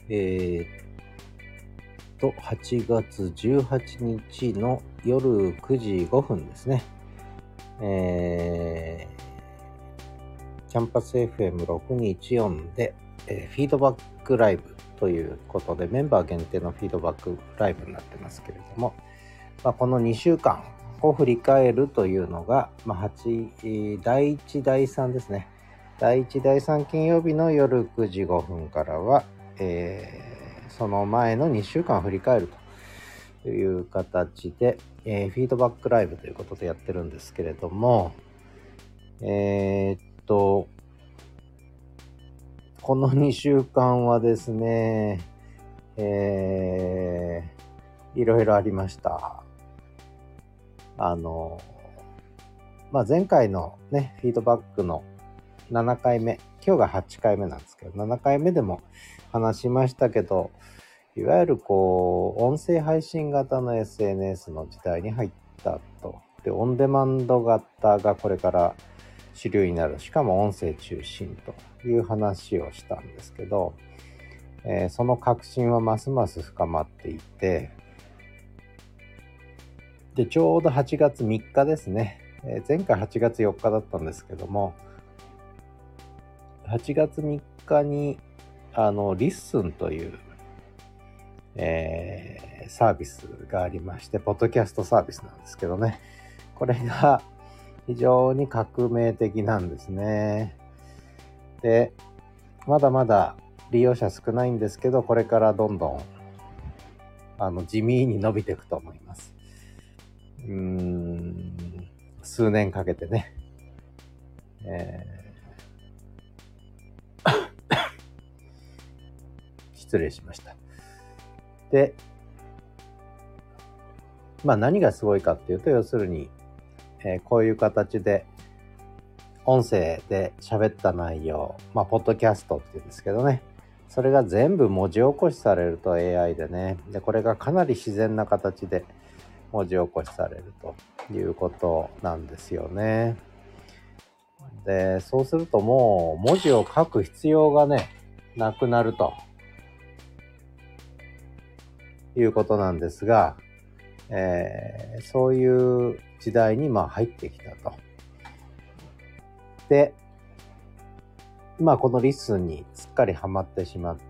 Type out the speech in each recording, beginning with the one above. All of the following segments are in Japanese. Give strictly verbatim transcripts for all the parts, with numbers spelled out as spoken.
えー、っと、はちがつじゅうはちにちの夜くじごふんですね。えー、キャンパス エフエムろくにいちよん で、えー、フィードバックライブということで、メンバー限定のフィードバックライブになってますけれども、まあ、このにしゅうかんを振り返るというのが、まあ、はちだいいちだいさんですね。だいいちだいさん金曜日の夜くじごふんからは、えー、その前のにしゅうかんを振り返るという形で、えー、フィードバックライブということでやってるんですけれども、えー、っとこのにしゅうかんはですね、えー、いろいろありました。あのまあ、前回のねフィードバックのななかいめ、今日がはちかいめなんですけど、ななかいめでも話しましたけど、いわゆるこう音声配信型の エスエヌエス の時代に入ったと。で、オンデマンド型がこれから主流になる、しかも音声中心という話をしたんですけど、えー、その確信はますます深まっていて、でちょうどはちがつみっかですね、えー、前回はちがつよっかだったんですけども、はちがつみっかにあのリッスンという、えー、サービスがありまして、ポッドキャストサービスなんですけどね、これが非常に革命的なんですね。で、まだまだ利用者少ないんですけど、これからどんどんあの地味に伸びていくと思います。うーん数年かけてね、えー失礼しました。で、まあ何がすごいかっていうと、要するに、えー、こういう形で音声で喋った内容、まあポッドキャストっていうんですけどね、それが全部文字起こしされると エーアイ でね、でこれがかなり自然な形で文字起こしされるということなんですよね。で、そうするともう文字を書く必要がねなくなるということなんですが、えー、そういう時代にまあ入ってきたと。で、まあこのリッスンにすっかりハマってしまって、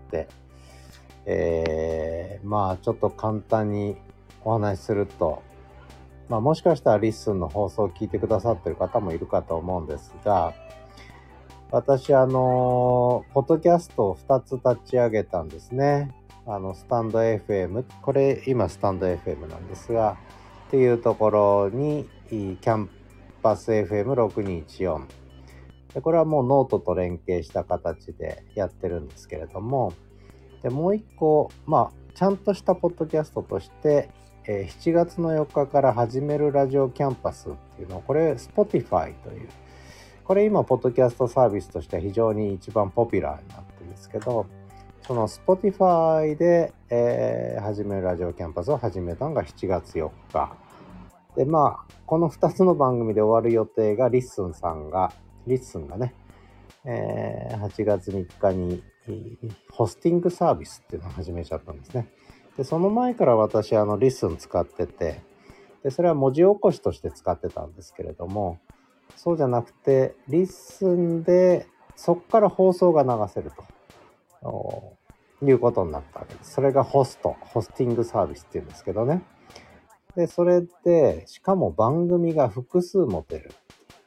えー、まあちょっと簡単にお話しすると、まあもしかしたらリッスンの放送を聞いてくださってる方もいるかと思うんですが、私あのポッドキャストをふたつ立ち上げたんですね。あのスタンド エフエム、これ今スタンド エフエム なんですが、っていうところにキャンパス エフエムろくにいちよん、でこれはもうノートと連携した形でやってるんですけれども、でもう一個、まあちゃんとしたポッドキャストとして、えー、しちがつのよっかから始めるラジオキャンパスっていうのを、これ Spotify という、これ今ポッドキャストサービスとしては非常に一番ポピュラーになってるんですけど、その Spotify で、えー、始めるラジオキャンパスを始めたのがしちがつよっかで、まあこのふたつの番組で終わる予定がリッスンさんがリッスンがね、えー、はちがつみっかにホスティングサービスっていうのを始めちゃったんですね。でその前から私あのリッスン使ってて、でそれは文字起こしとして使ってたんですけれども、そうじゃなくてリッスンでそこから放送が流せるということになったわけです。それがホストホスティングサービスっていうんですけどね。でそれでしかも番組が複数持てる。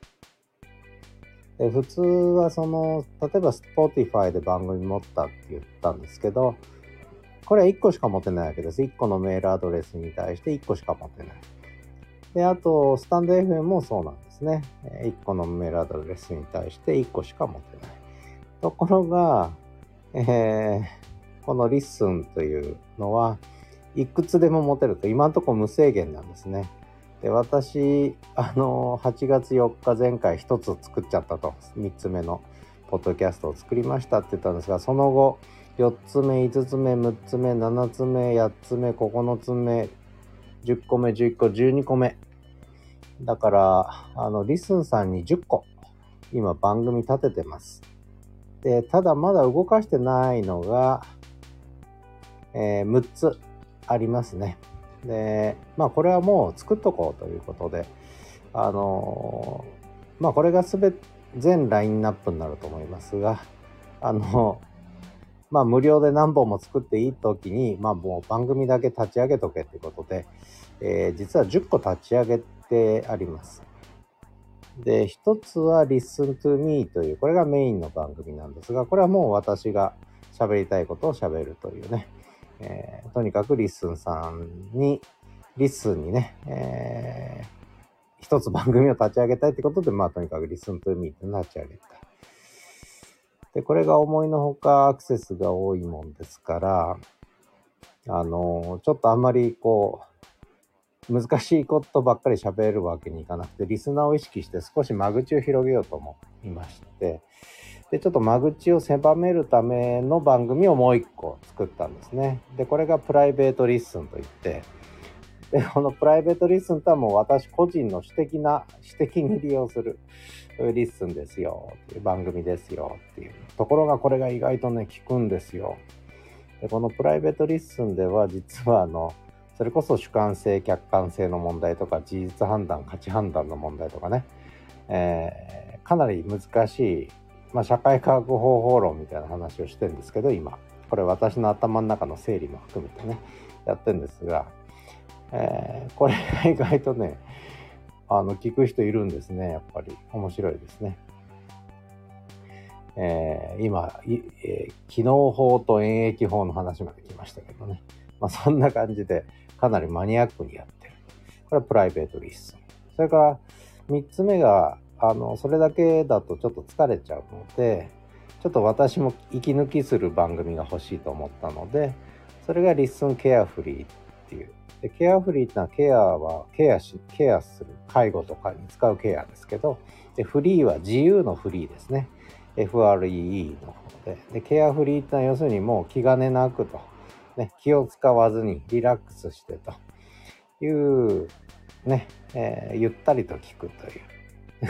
で普通はその例えば Spotify で番組持ったって言ったんですけど、これはいっこしか持てないわけです。いっこのメールアドレスに対していっこしか持てない。で、あとスタンド エフエム もそうなんですね。いっこのメールアドレスに対していっこしか持てない。ところが、えー、このリッスンというのはいくつでも持てると、今のところ無制限なんですね。で、私あのはちがつよっか前回ひとつ作っちゃったと、みっつめのポッドキャストを作りましたって言ったんですが、その後よっつめ、いつつめ、むっつめ、ななつめ、やっつめ、ここのつめ、じゅっこめ、じゅういっこ、じゅうにこめだから、あのリスンさんにじゅっこ今番組立ててます。で、ただまだ動かしてないのがえー、むっつありますね。で、まあこれはもう作っとこうということで、あのー、まあこれがすべて全ラインナップになると思いますが、あのまあ無料で何本も作っていいときに、まあもう番組だけ立ち上げとけということで、えー、実はじゅっこ立ち上げてあります。で、一つは Listen to Me という、これがメインの番組なんですが、これはもう私が喋りたいことを喋るというね、えー、とにかくリッスンさんに、リッスンにね、えー、一つ番組を立ち上げたいってことで、まあとにかく Listen to Me って立ち上げた。で、これが思いのほかアクセスが多いもんですから、あの、ちょっとあんまりこう、難しいことばっかり喋るわけにいかなくて、リスナーを意識して少し間口を広げようと思いまして、で、ちょっと間口を狭めるための番組をもう一個作ったんですね。で、これがプライベートリッスンといって、で、このプライベートリッスンとはもう私個人の私的な、私的に利用するリッスンですよっていう番組ですよっていうところが、これが意外とね、効くんですよ。で、このプライベートリッスンでは実はあの、それこそ主観性、客観性の問題とか、事実判断、価値判断の問題とかね、えー、かなり難しい、まあ、社会科学方法論みたいな話をしてるんですけど、今。これ私の頭の中の整理も含めてね、やってるんですが、えー、これが意外とね、あの、聞く人いるんですね、やっぱり。面白いですね。えー、今、えー、機能法と演疫法の話まで来ましたけどね。まあ、そんな感じで、かなりマニアックにやってる。これはプライベートリッスン。それからみっつめが、あの、それだけだとちょっと疲れちゃうので、ちょっと私も息抜きする番組が欲しいと思ったので、それがリッスンケアフリーっていう。で、ケアフリーってのはケアはケアし、ケアする。介護とかに使うケアですけど、で、フリーは自由のフリーですね。エフアールイーイー の方で。で、ケアフリーってのは要するにもう気兼ねなくと。ね、気を使わずにリラックスしてというね、えー、ゆったりと聞くという。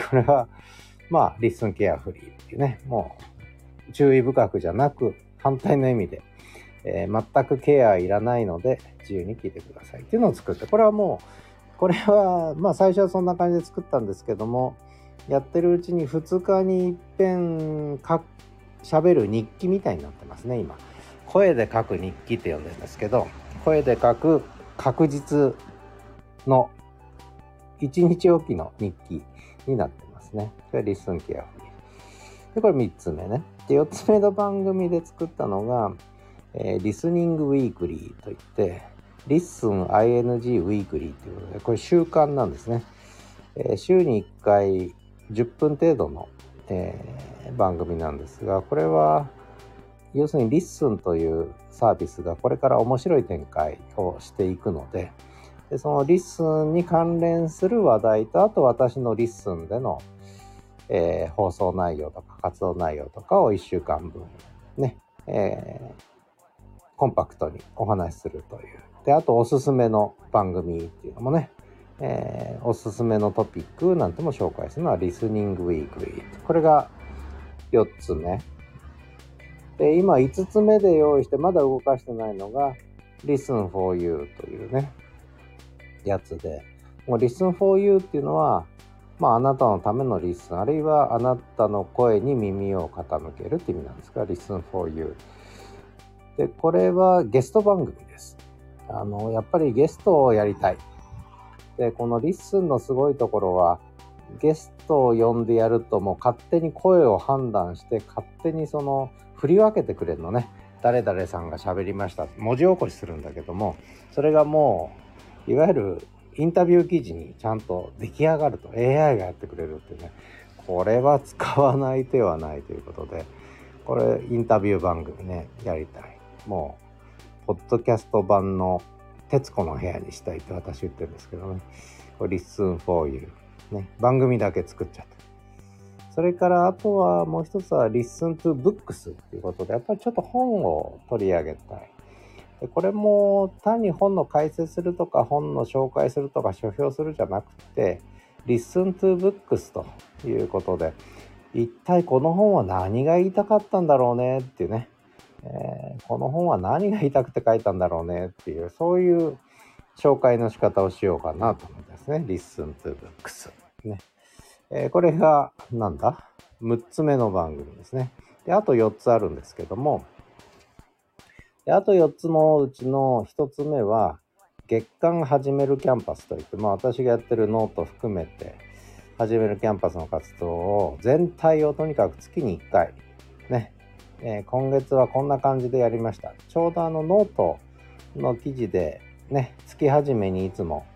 これは、まあ、リッスンケアフリーっていうね、もう注意深くじゃなく、反対の意味で、えー、全くケアいらないので自由に聞いてくださいっていうのを作って、これはもう、これは、まあ最初はそんな感じで作ったんですけども、やってるうちにふつかに一遍か喋る日記みたいになってますね、今。声で書く日記って呼んでるんですけど、声で書く確実のいちにちおきの日記になってますね。これリッスンケアフリー。で、これみっつめね。で、よっつめの番組で作ったのが、えー、リスニングウィークリーといって、リッスン アイエヌジー ウィークリーということで、これ習慣なんですね。えー、週にいっかいじゅっぷん程度の、えー、番組なんですが、これは要するにリッスンというサービスがこれから面白い展開をしていくので、でそのリッスンに関連する話題と、あと私のリッスンでの、えー、放送内容とか活動内容とかをいっしゅうかんぶんね、えー、コンパクトにお話しするという。で、あとおすすめの番組っていうのもね、えー、おすすめのトピックなんても紹介するのはリスニングウィークリー。これがよっつめ。で、今いつつめで用意してまだ動かしてないのが Listen for You というね、やつで、もう Listen for You っていうのは、まああなたのためのリッスン、あるいはあなたの声に耳を傾けるって意味なんですが、Listen for You。で、これはゲスト番組です。あの、やっぱりゲストをやりたい。で、このリッスンのすごいところは、ゲストを呼んでやるともう勝手に声を判断して勝手にその振り分けてくれるのね。誰々さんが喋りました文字起こしするんだけども、それがもういわゆるインタビュー記事にちゃんと出来上がると エーアイ がやってくれるっていうね、これは使わない手はないということで、これインタビュー番組ねやりたい。もうポッドキャスト版の徹子の部屋にしたいって私言ってるんですけどね。これ Listen for Youね、番組だけ作っちゃった。それからあとはもう一つは Listen to Books っていうことで、やっぱりちょっと本を取り上げたい。でこれも単に本の解説するとか本の紹介するとか書評するじゃなくて Listen to Books ということで、一体この本は何が言いたかったんだろうねっていうね、 えー、この本は何が言いたくて書いたんだろうねっていう、そういう紹介の仕方をしようかなと思いますね。Listen to Books。ね。えー、これが、なんだ ?むっ つ目の番組ですね。で、あとよっつあるんですけども、であとよっつのうちのひとつめは、月刊始めるキャンパスといって、まあ私がやってるノート含めて、始めるキャンパスの活動を、全体をとにかく月にいっかい、ね、えー、今月はこんな感じでやりました。ちょうどあのノートの記事で、ね、月始めにいつも、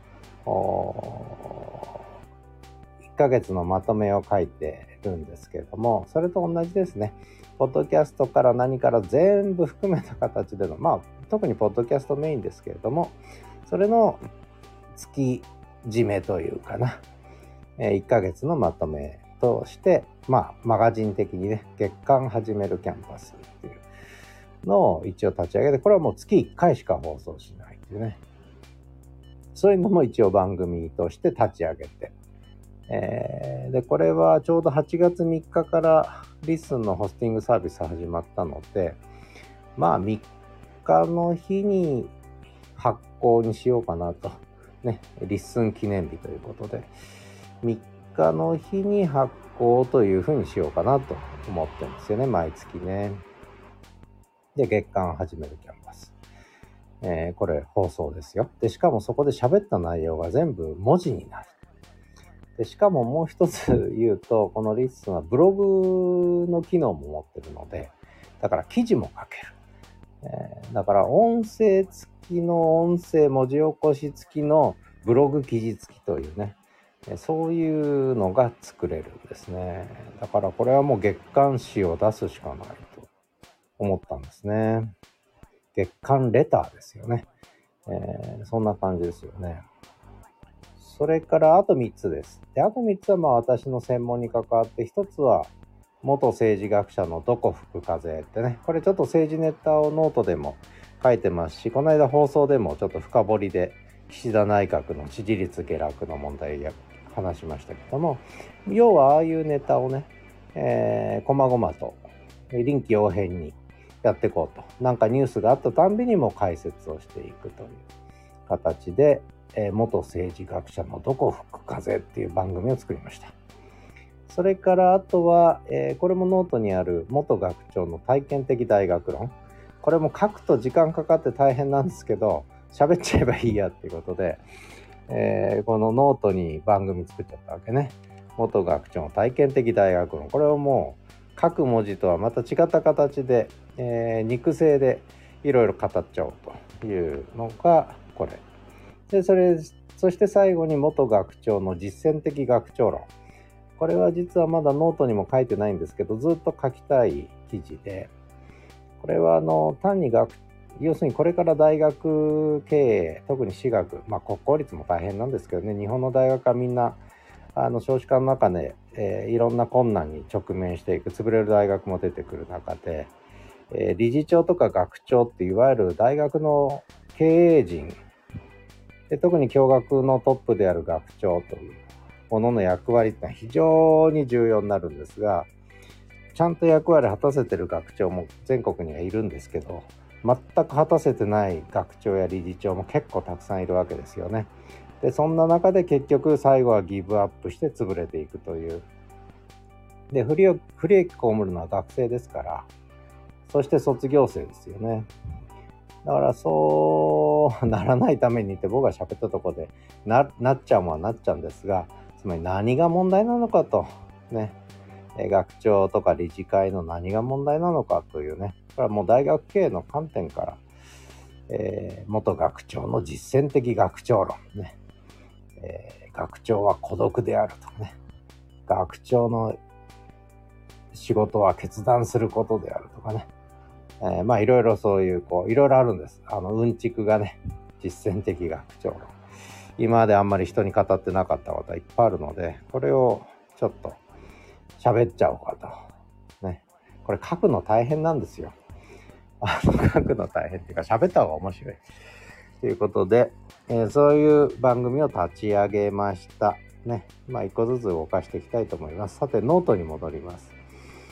いっかげつのまとめを書いてるんですけれども、それと同じですね。ポッドキャストから何から全部含めた形での、まあ特にポッドキャストメインですけれども、それの月締めというかな、いっかげつのまとめとして、まあマガジン的にね、月刊始めるキャンパスっていうのを一応立ち上げて、これはもう月いっかいしか放送しないっていうね、そういうのも一応番組として立ち上げて、えー、でこれはちょうどはちがつみっかからリッスンのホスティングサービス始まったので、まあみっかの日に発行にしようかなとね、リッスン記念日ということでみっかの日に発行というふうにしようかなと思ってるんですよね、毎月ね。で、月間始めるキャンパス、えー、これ放送ですよ。でしかもそこで喋った内容が全部文字になる。でしかももう一つ言うと、このリッスンはブログの機能も持ってるので、だから記事も書ける。えー、だから音声付きの音声文字起こし付きのブログ記事付きというね、そういうのが作れるんですね。だからこれはもう月刊誌を出すしかないと思ったんですね。月刊レターですよね。えー、そんな感じですよね。それからあとみっつです。で、あとみっつはまあ私の専門に関わって、ひとつは元政治学者のどこ吹く風ってね、これちょっと政治ネタをノートでも書いてますし、この間放送でもちょっと深掘りで岸田内閣の支持率下落の問題や話しましたけども、要はああいうネタをね、えー、細々と臨機応変にやっていこうと、なんかニュースがあったたんびにも解説をしていくという形で、えー、元政治学者のどこ吹く風っていう番組を作りました。それからあとは、えー、これもノートにある元学長の体験的大学論。これも書くと時間かかって大変なんですけど、喋っちゃえばいいやっていうことで、えー、このノートに番組作っちゃったわけね。元学長の体験的大学論。これをもう書く文字とはまた違った形で、えー、肉声でいろいろ語っちゃおうというのがこれ。で、それ、そして最後に元学長の実践的学長論。これは実はまだノートにも書いてないんですけど、ずっと書きたい記事で、これはあの単に学要するにこれから大学経営、特に私学、まあ国公立も大変なんですけどね、日本の大学はみんなあの少子化の中で、えー、いろんな困難に直面していく、潰れる大学も出てくる中で、えー、理事長とか学長っていわゆる大学の経営陣で、特に教学のトップである学長というものの役割ってのは非常に重要になるんですが、ちゃんと役割を果たせてる学長も全国にはいるんですけど、全く果たせてない学長や理事長も結構たくさんいるわけですよね。で、そんな中で結局最後はギブアップして潰れていくという。で、不利不利益被るのは学生ですから、そして卒業生ですよね。だからそうならないためにって僕が喋ったところで な, なっちゃうもはなっちゃうんですが、つまり何が問題なのかとね、学長とか理事会の何が問題なのかというね、これはもう大学経営の観点から、えー、元学長の実践的学長論ね、えー、学長は孤独であるとかね、学長の仕事は決断することであるとかね、えー、まあいろいろそういうこういろいろあるんです。あのうんちくがね、実践的学長論、今まであんまり人に語ってなかったことはいっぱいあるので、これをちょっと喋っちゃおうかとね。これ書くの大変なんですよ。あの書くの大変っていうか喋った方が面白いということで、えー、そういう番組を立ち上げましたね。まあ一個ずつ動かしていきたいと思います。さてノートに戻ります。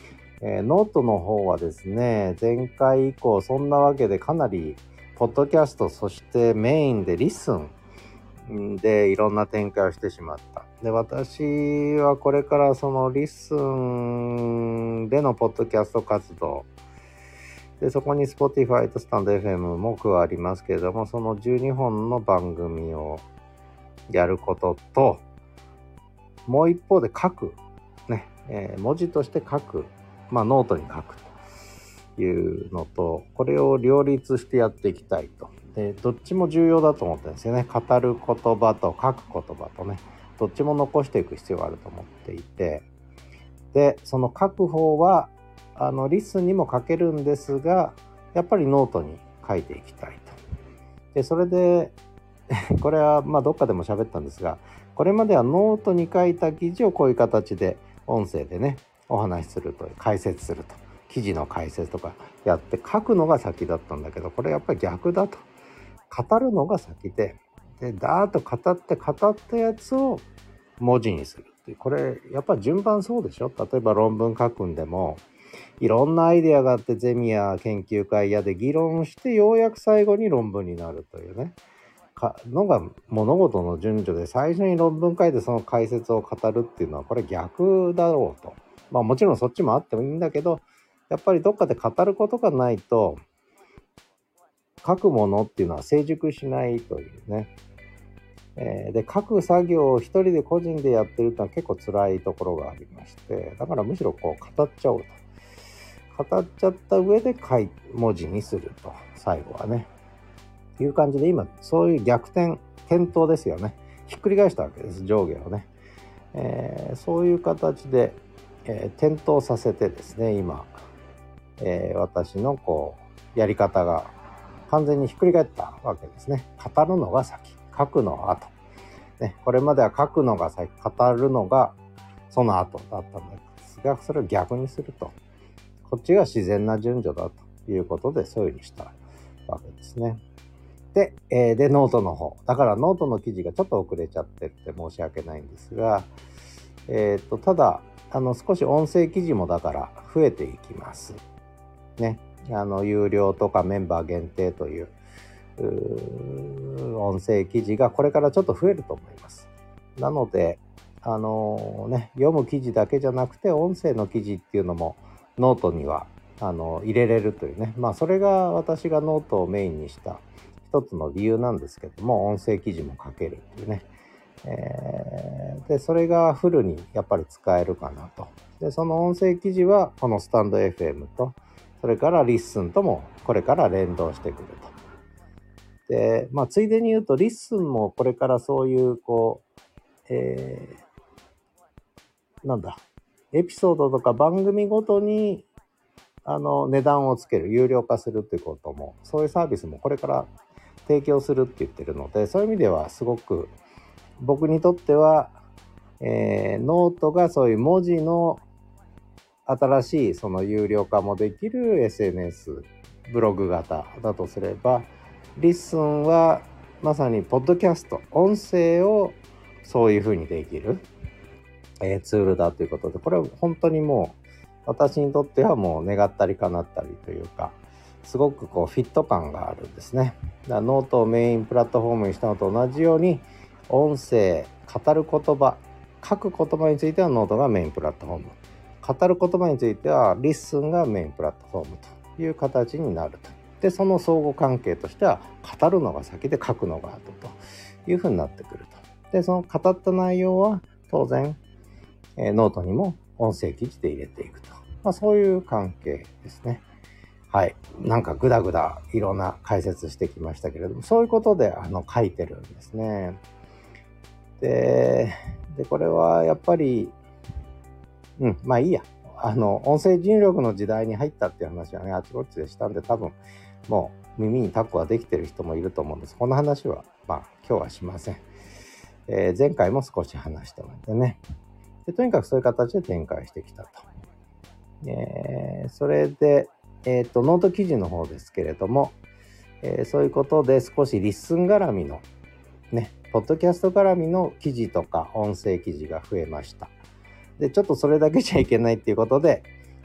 えー、ノートの方はですね、前回以降そんなわけでかなりポッドキャスト、そしてメインでリッスンでいろんな展開をしてしまった。で、私はこれからそのリッスンでのポッドキャスト活動で、そこに Spotify とスタンド エフエム も加わりますけれども、そのじゅうにほんの番組をやることと、もう一方で書く、ね、えー、文字として書く、まあノートに書くというのと、これを両立してやっていきたいと。で、どっちも重要だと思ってるんですよね。語る言葉と書く言葉とね、どっちも残していく必要があると思っていて、で、その書く方は、あの、リスンにも書けるんですが、やっぱりノートに書いていきたいと。で、それで、これはまあどっかでも喋ったんですが、これまではノートに書いた記事をこういう形で音声でね、お話しすると、解説すると、記事の解説とかやって書くのが先だったんだけど、これやっぱり逆だと。語るのが先で、で、だーっと語って語ったやつを文字にするっていう。これやっぱり順番そうでしょ。例えば論文書くんでも、いろんなアイデアがあってゼミや研究会やで議論してようやく最後に論文になるというね。かのが物事の順序で、最初に論文書いてその解説を語るっていうのはこれ逆だろうと。まあもちろんそっちもあってもいいんだけど、やっぱりどっかで語ることがないと書くものっていうのは成熟しないというね。えー、で書く作業を一人で個人でやってるってのは結構辛いところがありまして、だからむしろこう語っちゃおうと。語っちゃった上で書い文字にすると、最後はね。いう感じで、今そういう逆転転倒ですよね。ひっくり返したわけです、上下をね。えー、そういう形で、えー、転倒させてですね、今、えー、私のこうやり方が完全にひっくり返ったわけですね。語るのが先、書くのが後、ね、これまでは書くのが先、語るのがその後だったんですが、それを逆にすると、こっちが自然な順序だということで、そういうふうにしたわけですね。で、えー、で、ノートの方。だからノートの記事がちょっと遅れちゃってって申し訳ないんですが、えっと、ただ、あの、少し音声記事もだから増えていきます。ね。あの、有料とかメンバー限定という、う音声記事がこれからちょっと増えると思います。なので、あのー、ね、読む記事だけじゃなくて、音声の記事っていうのもノートには、あの、入れれるというね。まあ、それが私がノートをメインにした一つの理由なんですけども、音声記事も書けるっていうね。えー、で、それがフルにやっぱり使えるかなと。で、その音声記事はこのスタンド エフエム と、それからリッスンともこれから連動してくると。で、まあ、ついでに言うと、リッスンもこれからそういう、こう、えー、なんだ、エピソードとか番組ごとに、あの、値段をつける、有料化するっていうことも、そういうサービスもこれから提供するって言ってるので、そういう意味ではすごく、僕にとっては、えー、ノートがそういう文字の新しいその有料化もできる エスエヌエス、ブログ型だとすれば、リッスンはまさにポッドキャスト、音声をそういう風にできる、えー、ツールだということで、これは本当にもう私にとってはもう願ったり叶ったりというか、すごくこうフィット感があるんですね。だからノートをメインプラットフォームにしたのと同じように、音声、語る言葉、書く言葉についてはノートがメインプラットフォーム、語る言葉についてはリッスンがメインプラットフォームという形になると。で、その相互関係としては、語るのが先で書くのが後というふうになってくると。で、その語った内容は当然、えー、ノートにも音声記事で入れていくと。まあ、そういう関係ですね。はい。なんかグダグダいろんな解説してきましたけれども、そういうことであの書いてるんですね。で、で、これはやっぱり、うん、まあいいや。あの、音声入力の時代に入ったっていう話はね、あちこちでしたんで、多分、もう耳にタコができてる人もいると思うんです。この話は、まあ今日はしません。えー、前回も少し話してましてね。で、とにかくそういう形で展開してきたと。えー、それで、えっと、ノート記事の方ですけれども、えー、そういうことで少しリッスン絡みの、ね、ポッドキャスト絡みの記事とか音声記事が増えました。で、ちょっとそれだけじゃいけないっていうことで、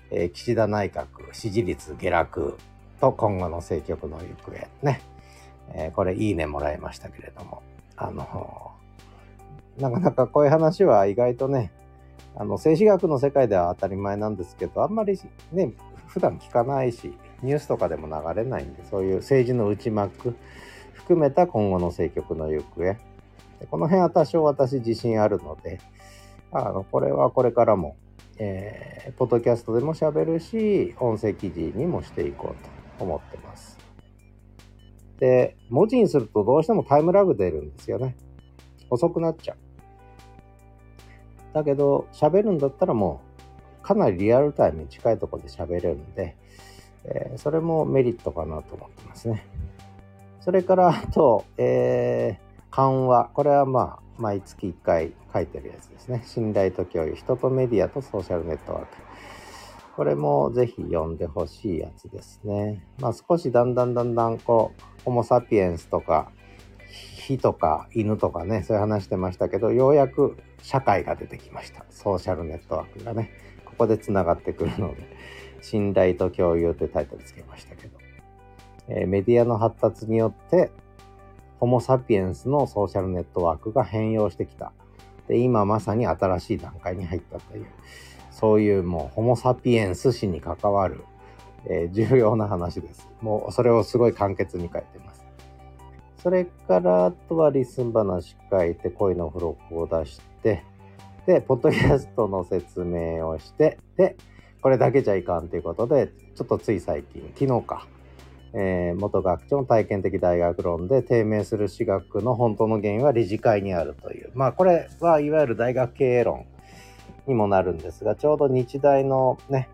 えー、岸田内閣支持率下落と今後の政局の行方ね、えー、これいいねもらいましたけれども、あのなかなかこういう話は意外とね、あの政治学の世界では当たり前なんですけど、あんまりね普段聞かないし、ニュースとかでも流れないんで、そういう政治の内幕含めた今後の政局の行方、でこの辺は多少私自信あるので、あのこれはこれからも、えー、ポッドキャストでも喋るし、音声記事にもしていこうと思ってます。で、文字にするとどうしてもタイムラグ出るんですよね。遅くなっちゃう。だけど喋るんだったらもうかなりリアルタイムに近いところで喋れるんで、えー、それもメリットかなと思ってますね。それからあと、えー、緩和、これはまあ毎月いっかい書いてるやつですね。信頼と共有、人とメディアとソーシャルネットワーク、これもぜひ読んでほしいやつですね。まあ少しだんだんだんだんこうホモサピエンスとか火とか犬とかね、そういう話してましたけど、ようやく社会が出てきました。ソーシャルネットワークがね、ここでつながってくるので、信頼と共有というタイトルつけましたけど、えー、メディアの発達によってホモサピエンスのソーシャルネットワークが変容してきた。で、今まさに新しい段階に入ったという、そういうもうホモサピエンス史に関わる、えー、重要な話です。もうそれをすごい簡潔に書いてます。それからあとはリスン話書いて、恋の付録を出して、でポッドキャストの説明をして、でこれだけじゃいかんということで、ちょっとつい最近、昨日か、えー、元学長の体験的大学論で低迷する私学の本当の原因は理事会にあるという、まあこれはいわゆる大学経営論にもなるんですが、ちょうど日大のね、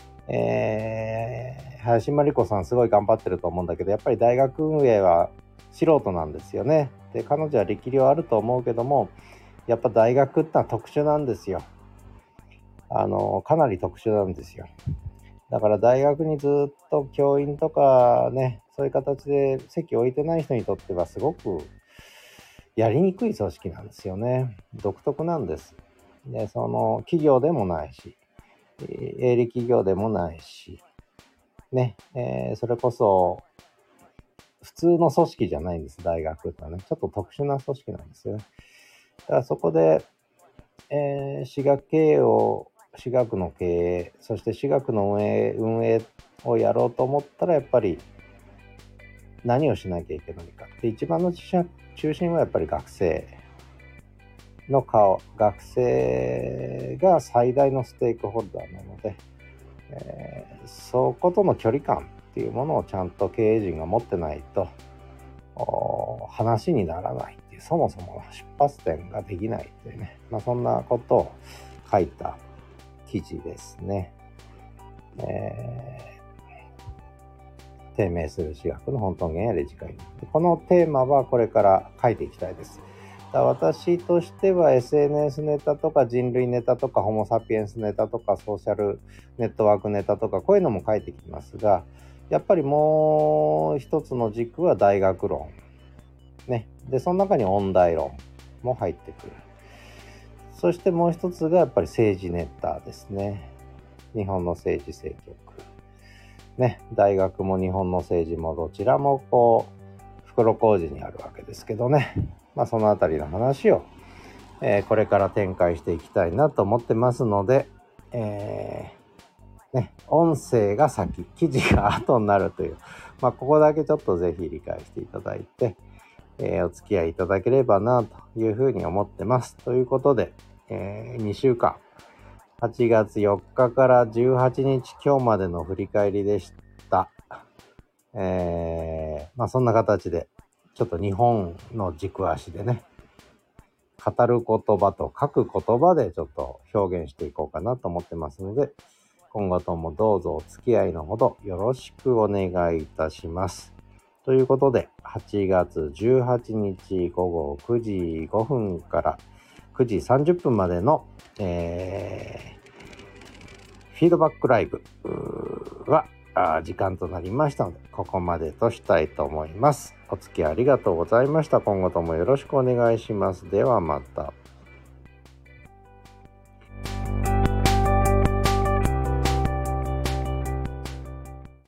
えー、林真理子さんすごい頑張ってると思うんだけど、やっぱり大学運営は素人なんですよね。で、彼女は力量あると思うけども、やっぱ大学ってのは特殊なんですよ。あのかなり特殊なんですよ。だから大学にずっと教員とかね、そういう形で席を置いてない人にとってはすごくやりにくい組織なんですよね。独特なんです。で、その企業でもないし、営利企業でもないし、ね、えー、それこそ普通の組織じゃないんです、大学ってのはね。ちょっと特殊な組織なんですよね。だからそこで、えー、私学経営を、私学の経営、そして私学の運営、運営をやろうと思ったら、やっぱり何をしなきゃいけないか。で、一番の中心はやっぱり学生の顔、学生が最大のステークホルダーなので、えー、そことの距離感っていうものをちゃんと経営陣が持ってないと話にならないっていう、そもそもの出発点ができないっていうね、まあ、そんなことを書いた記事ですね。えー、低迷する私学の本当の原因は理事会。このテーマはこれから書いていきたいです。だ私としては エスエヌエス ネタとか人類ネタとかホモサピエンスネタとかソーシャルネットワークネタとか、こういうのも書いてきますが、やっぱりもう一つの軸は大学論ね。で、その中に音大論も入ってくる。そしてもう一つがやっぱり政治ネタですね。日本の政治政局ね。大学も日本の政治もどちらもこう袋小路にあるわけですけどね。まあそのあたりの話を、えー、これから展開していきたいなと思ってますので、えーね、音声が先、記事が後になるという、まあここだけちょっとぜひ理解していただいて、えー、お付き合いいただければなというふうに思ってます。ということで、えー、にしゅうかん、はちがつよっかからじゅうはちにち今日までの振り返りでした。えー、まあそんな形でちょっと日本の軸足でね、語る言葉と書く言葉でちょっと表現していこうかなと思ってますので、今後ともどうぞお付き合いのほどよろしくお願いいたします。ということで、はちがつじゅうはちにちごごくじごふんからくじさんじゅっぷんまでの、えー、フィードバックライブは時間となりましたので、ここまでとしたいと思います。お付き合いありがとうございました。今後ともよろしくお願いします。ではまた。